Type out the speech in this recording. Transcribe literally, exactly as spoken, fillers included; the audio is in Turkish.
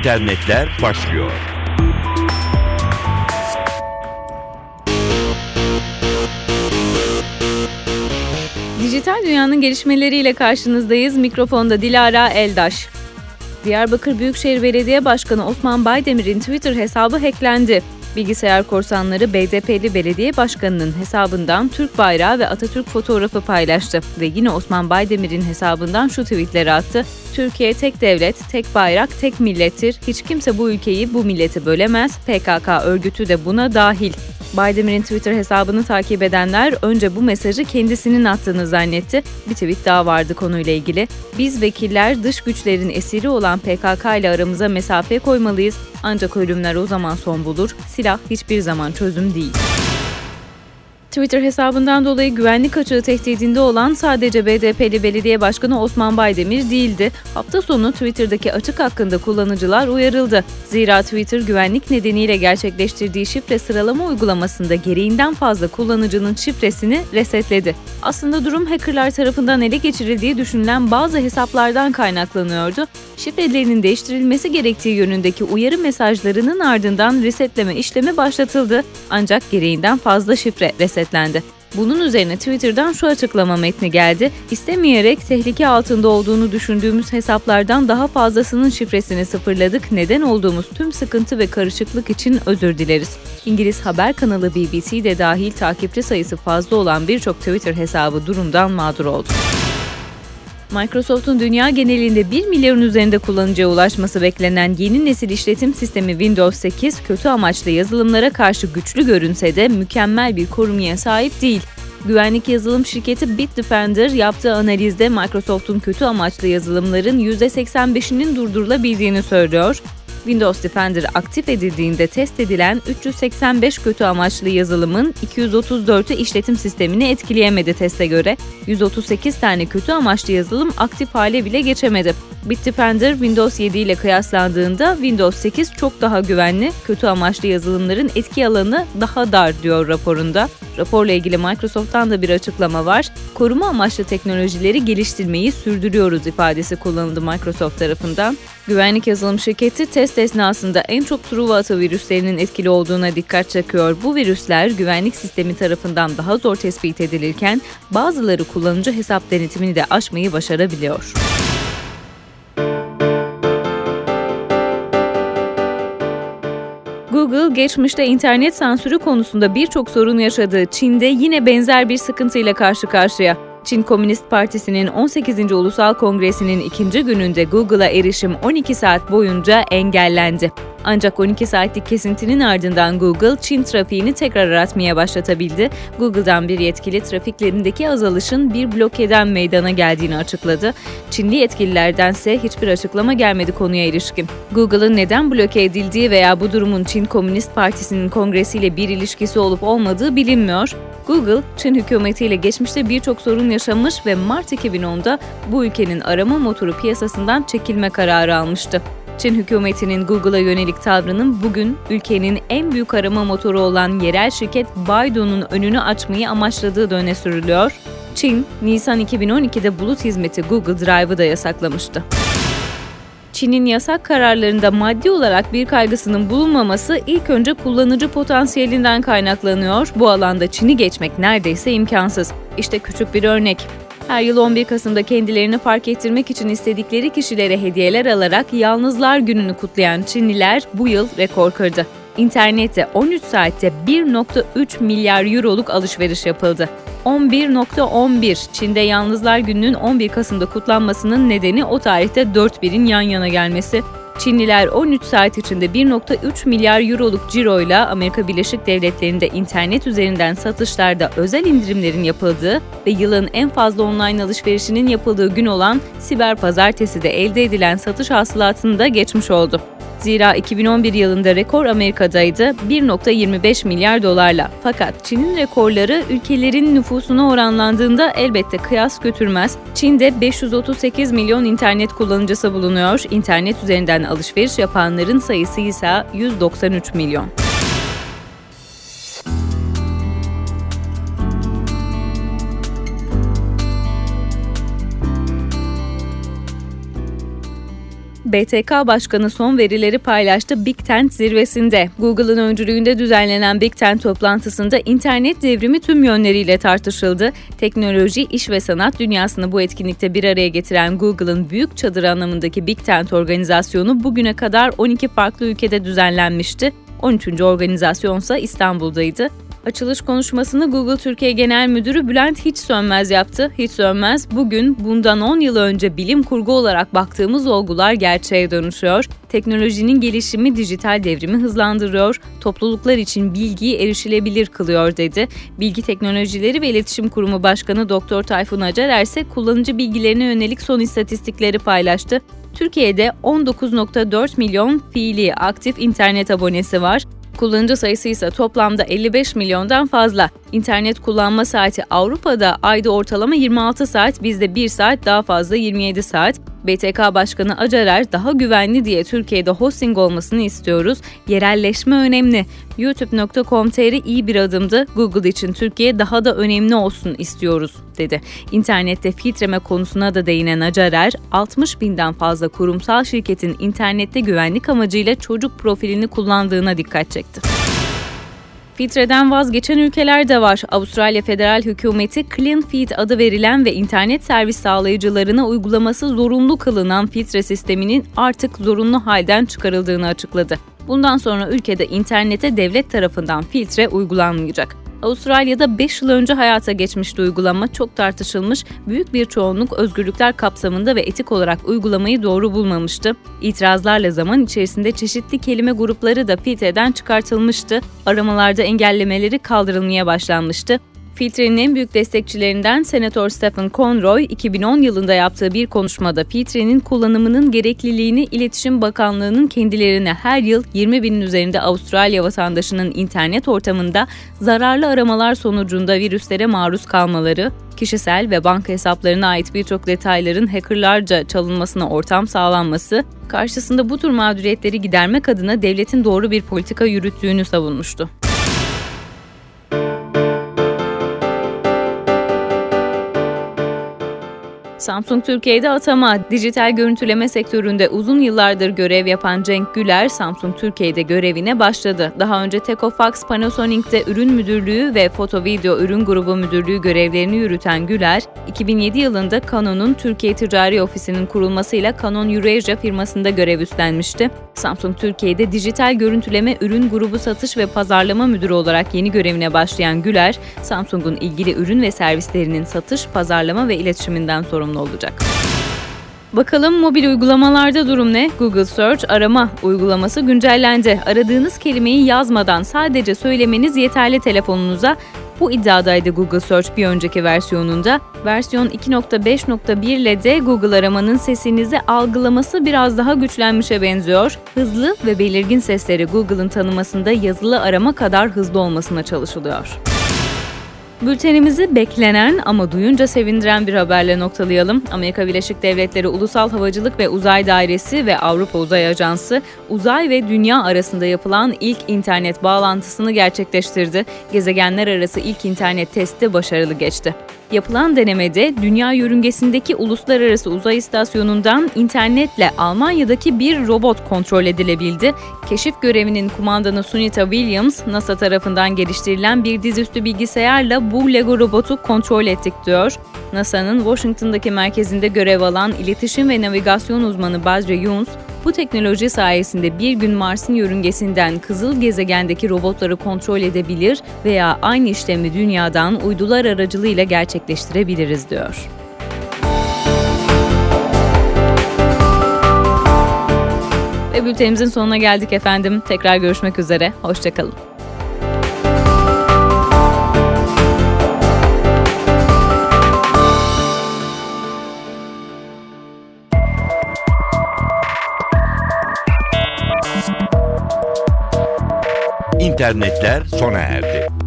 internetler başlıyor. Dijital dünyanın gelişmeleriyle karşınızdayız. Mikrofonda Dilara Eldaş. Diyarbakır Büyükşehir Belediye Başkanı Osman Baydemir'in Twitter hesabı hacklendi. Bilgisayar korsanları B D P'li belediye başkanının hesabından Türk bayrağı ve Atatürk fotoğrafı paylaştı ve yine Osman Baydemir'in hesabından şu tweetleri attı. Türkiye tek devlet, tek bayrak, tek millettir. Hiç kimse bu ülkeyi, bu milleti bölemez. P K K örgütü de buna dahil. Baydemir'in Twitter hesabını takip edenler önce bu mesajı kendisinin attığını zannetti. Bir tweet daha vardı konuyla ilgili. Biz vekiller dış güçlerin esiri olan P K K ile aramıza mesafe koymalıyız. Ancak ölümler o zaman son bulur. Silah hiçbir zaman çözüm değil. Twitter hesabından dolayı güvenlik açığı tehdidinde olan sadece B D P'li belediye başkanı Osman Baydemir değildi. Hafta sonu Twitter'daki açık hakkında kullanıcılar uyarıldı. Zira Twitter güvenlik nedeniyle gerçekleştirdiği şifre sıralama uygulamasında gereğinden fazla kullanıcının şifresini resetledi. Aslında durum hackerlar tarafından ele geçirildiği düşünülen bazı hesaplardan kaynaklanıyordu. Şifrelerinin değiştirilmesi gerektiği yönündeki uyarı mesajlarının ardından resetleme işlemi başlatıldı. Ancak gereğinden fazla şifre resetlendi. Bunun üzerine Twitter'dan şu açıklama metni geldi. İstemeyerek tehlike altında olduğunu düşündüğümüz hesaplardan daha fazlasının şifresini sıfırladık. Neden olduğumuz tüm sıkıntı ve karışıklık için özür dileriz. İngiliz haber kanalı B B C de dahil takipçi sayısı fazla olan birçok Twitter hesabı durumdan mağdur oldu. Microsoft'un dünya genelinde bir milyarın üzerinde kullanıcıya ulaşması beklenen yeni nesil işletim sistemi Windows sekiz, kötü amaçlı yazılımlara karşı güçlü görünse de mükemmel bir korumaya sahip değil. Güvenlik yazılım şirketi Bitdefender yaptığı analizde Microsoft'un kötü amaçlı yazılımların yüzde seksen beşinin durdurulabildiğini söylüyor. Windows Defender aktif edildiğinde test edilen üç yüz seksen beş kötü amaçlı yazılımın iki yüz otuz dördü işletim sistemini etkileyemedi teste göre. yüz otuz sekiz tane kötü amaçlı yazılım aktif hale bile geçemedi. Bitdefender Windows yedi ile kıyaslandığında Windows sekiz çok daha güvenli, kötü amaçlı yazılımların etki alanı daha dar diyor raporunda. Raporla ilgili Microsoft'tan da bir açıklama var. Koruma amaçlı teknolojileri geliştirmeyi sürdürüyoruz ifadesi kullanıldı Microsoft tarafından. Güvenlik yazılım şirketi test esnasında en çok Truva atı virüslerinin etkili olduğuna dikkat çekiyor. Bu virüsler güvenlik sistemi tarafından daha zor tespit edilirken bazıları kullanıcı hesap denetimini de aşmayı başarabiliyor. Google, geçmişte internet sansürü konusunda birçok sorun yaşadığı Çin'de yine benzer bir sıkıntıyla karşı karşıya. Çin Komünist Partisi'nin on sekizinci Ulusal Kongresi'nin ikinci gününde Google'a erişim on iki saat boyunca engellendi. Ancak on iki saatlik kesintinin ardından Google, Çin trafiğini tekrar aratmaya başlatabildi. Google'dan bir yetkili trafiklerindeki azalışın bir blokeden meydana geldiğini açıkladı. Çinli yetkililerdense hiçbir açıklama gelmedi konuya ilişkin. Google'ın neden bloke edildiği veya bu durumun Çin Komünist Partisi'nin kongresiyle bir ilişkisi olup olmadığı bilinmiyor. Google, Çin hükümetiyle geçmişte birçok sorun yaşamış ve Mart iki bin onda bu ülkenin arama motoru piyasasından çekilme kararı almıştı. Çin hükümetinin Google'a yönelik tavrının bugün ülkenin en büyük arama motoru olan yerel şirket Baidu'nun önünü açmayı amaçladığı da öne sürülüyor. Çin, Nisan iki bin on ikide bulut hizmeti Google Drive'ı da yasaklamıştı. Çin'in yasak kararlarında maddi olarak bir kaygısının bulunmaması ilk önce kullanıcı potansiyelinden kaynaklanıyor. Bu alanda Çin'i geçmek neredeyse imkansız. İşte küçük bir örnek. Her yıl on bir Kasım'da kendilerini fark ettirmek için istedikleri kişilere hediyeler alarak Yalnızlar Günü'nü kutlayan Çinliler bu yıl rekor kırdı. İnternette on üç saatte bir virgül üç milyar euroluk alışveriş yapıldı. on bir virgül on bir Çin'de Yalnızlar Günü'nün on bir Kasım'da kutlanmasının nedeni o tarihte dört birin yan yana gelmesi. Çinliler on üç saat içinde bir virgül üç milyar euroluk ciroyla Amerika Birleşik Devletleri'nde internet üzerinden satışlarda özel indirimlerin yapıldığı ve yılın en fazla online alışverişinin yapıldığı gün olan Siber Pazartesi de elde edilen satış hasılatını da geçmiş oldu. Zira iki bin on bir yılında rekor Amerika'daydı bir virgül yirmi beş milyar dolarla. Fakat Çin'in rekorları ülkelerin nüfusuna oranlandığında elbette kıyas götürmez. Çin'de beş yüz otuz sekiz milyon internet kullanıcısı bulunuyor. İnternet üzerinden alışveriş yapanların sayısı ise yüz doksan üç milyon. B T K Başkanı son verileri paylaştı. Big Tent zirvesinde. Google'ın öncülüğünde düzenlenen Big Tent toplantısında internet devrimi tüm yönleriyle tartışıldı. Teknoloji, iş ve sanat dünyasını bu etkinlikte bir araya getiren Google'ın büyük çadır anlamındaki Big Tent organizasyonu bugüne kadar on iki farklı ülkede düzenlenmişti. on üçüncü organizasyonsa İstanbul'daydı. Açılış konuşmasını Google Türkiye Genel Müdürü Bülent Hiç Sönmez yaptı. Hiç Sönmez, bugün bundan on yıl önce bilim kurgu olarak baktığımız olgular gerçeğe dönüşüyor. Teknolojinin gelişimi dijital devrimi hızlandırıyor, topluluklar için bilgiyi erişilebilir kılıyor dedi. Bilgi Teknolojileri ve İletişim Kurumu Başkanı Doktor Tayfun Acarer ise kullanıcı bilgilerine yönelik son istatistikleri paylaştı. Türkiye'de on dokuz virgül dört milyon fiili aktif internet abonesi var. Kullanıcı sayısı ise toplamda elli beş milyondan fazla. İnternet kullanma saati Avrupa'da ayda ortalama yirmi altı saat, bizde bir saat daha fazla yirmi yedi saat. B T K Başkanı Acarer daha güvenli diye Türkiye'de hosting olmasını istiyoruz. Yerelleşme önemli. youtube nokta com nokta tr iyi bir adımdı. Google için Türkiye daha da önemli olsun istiyoruz dedi. İnternette filtreme konusuna da değinen Acarer, altmış binden fazla kurumsal şirketin internette güvenlik amacıyla çocuk profilini kullandığına dikkat çekti. Filtreden vazgeçen ülkeler de var. Avustralya Federal Hükümeti Clean Feed adı verilen ve internet servis sağlayıcılarına uygulaması zorunlu kılınan filtre sisteminin artık zorunlu halden çıkarıldığını açıkladı. Bundan sonra ülkede internete devlet tarafından filtre uygulanmayacak. Avustralya'da beş yıl önce hayata geçmişti uygulama, çok tartışılmış, büyük bir çoğunluk özgürlükler kapsamında ve etik olarak uygulamayı doğru bulmamıştı. İtirazlarla zaman içerisinde çeşitli kelime grupları da filtreden çıkartılmıştı, aramalarda engellemeleri kaldırılmaya başlanmıştı. Filtrenin en büyük destekçilerinden Senatör Stephen Conroy, iki bin on yılında yaptığı bir konuşmada filtrenin kullanımının gerekliliğini İletişim Bakanlığı'nın kendilerine her yıl yirmi binin üzerinde Avustralya vatandaşının internet ortamında zararlı aramalar sonucunda virüslere maruz kalmaları, kişisel ve banka hesaplarına ait birçok detayların hackerlarca çalınmasına ortam sağlanması, karşısında bu tür mağduriyetleri gidermek adına devletin doğru bir politika yürüttüğünü savunmuştu. Samsung Türkiye'de atama. Dijital görüntüleme sektöründe uzun yıllardır görev yapan Cenk Güler, Samsung Türkiye'de görevine başladı. Daha önce Tekofax Panasonic'te ürün müdürlüğü ve foto video ürün grubu müdürlüğü görevlerini yürüten Güler, iki bin yedi yılında Canon'un Türkiye Ticari Ofisi'nin kurulmasıyla Canon Eurasia firmasında görev üstlenmişti. Samsung Türkiye'de dijital görüntüleme ürün grubu satış ve pazarlama müdürü olarak yeni görevine başlayan Güler, Samsung'un ilgili ürün ve servislerinin satış, pazarlama ve iletişiminden sorumlu olacak. Bakalım mobil uygulamalarda durum ne? Google Search arama uygulaması güncellendi. Aradığınız kelimeyi yazmadan sadece söylemeniz yeterli telefonunuza. Bu iddiadaydı Google Search bir önceki versiyonunda. Versiyon iki nokta beş nokta bir ile de Google aramanın sesinizi algılaması biraz daha güçlenmişe benziyor. Hızlı ve belirgin sesleri Google'ın tanımasında yazılı arama kadar hızlı olmasına çalışılıyor. Bültenimizi beklenen ama duyunca sevindiren bir haberle noktalayalım. Amerika Birleşik Devletleri Ulusal Havacılık ve Uzay Dairesi ve Avrupa Uzay Ajansı, uzay ve dünya arasında yapılan ilk internet bağlantısını gerçekleştirdi. Gezegenler arası ilk internet testi başarılı geçti. Yapılan denemede dünya yörüngesindeki Uluslararası Uzay İstasyonu'ndan internetle Almanya'daki bir robot kontrol edilebildi. Keşif görevinin kumandanı Sunita Williams, NASA tarafından geliştirilen bir dizüstü bilgisayarla bu Lego robotu kontrol ettik diyor. NASA'nın Washington'daki merkezinde görev alan iletişim ve navigasyon uzmanı Badri Younes, bu teknoloji sayesinde bir gün Mars'ın yörüngesinden kızıl gezegendeki robotları kontrol edebilir veya aynı işlemi Dünya'dan uydular aracılığıyla gerçekleştirebiliriz diyor. Ve bültenimizin sonuna geldik efendim. Tekrar görüşmek üzere. Hoşça kalın. İnternetler sona erdi.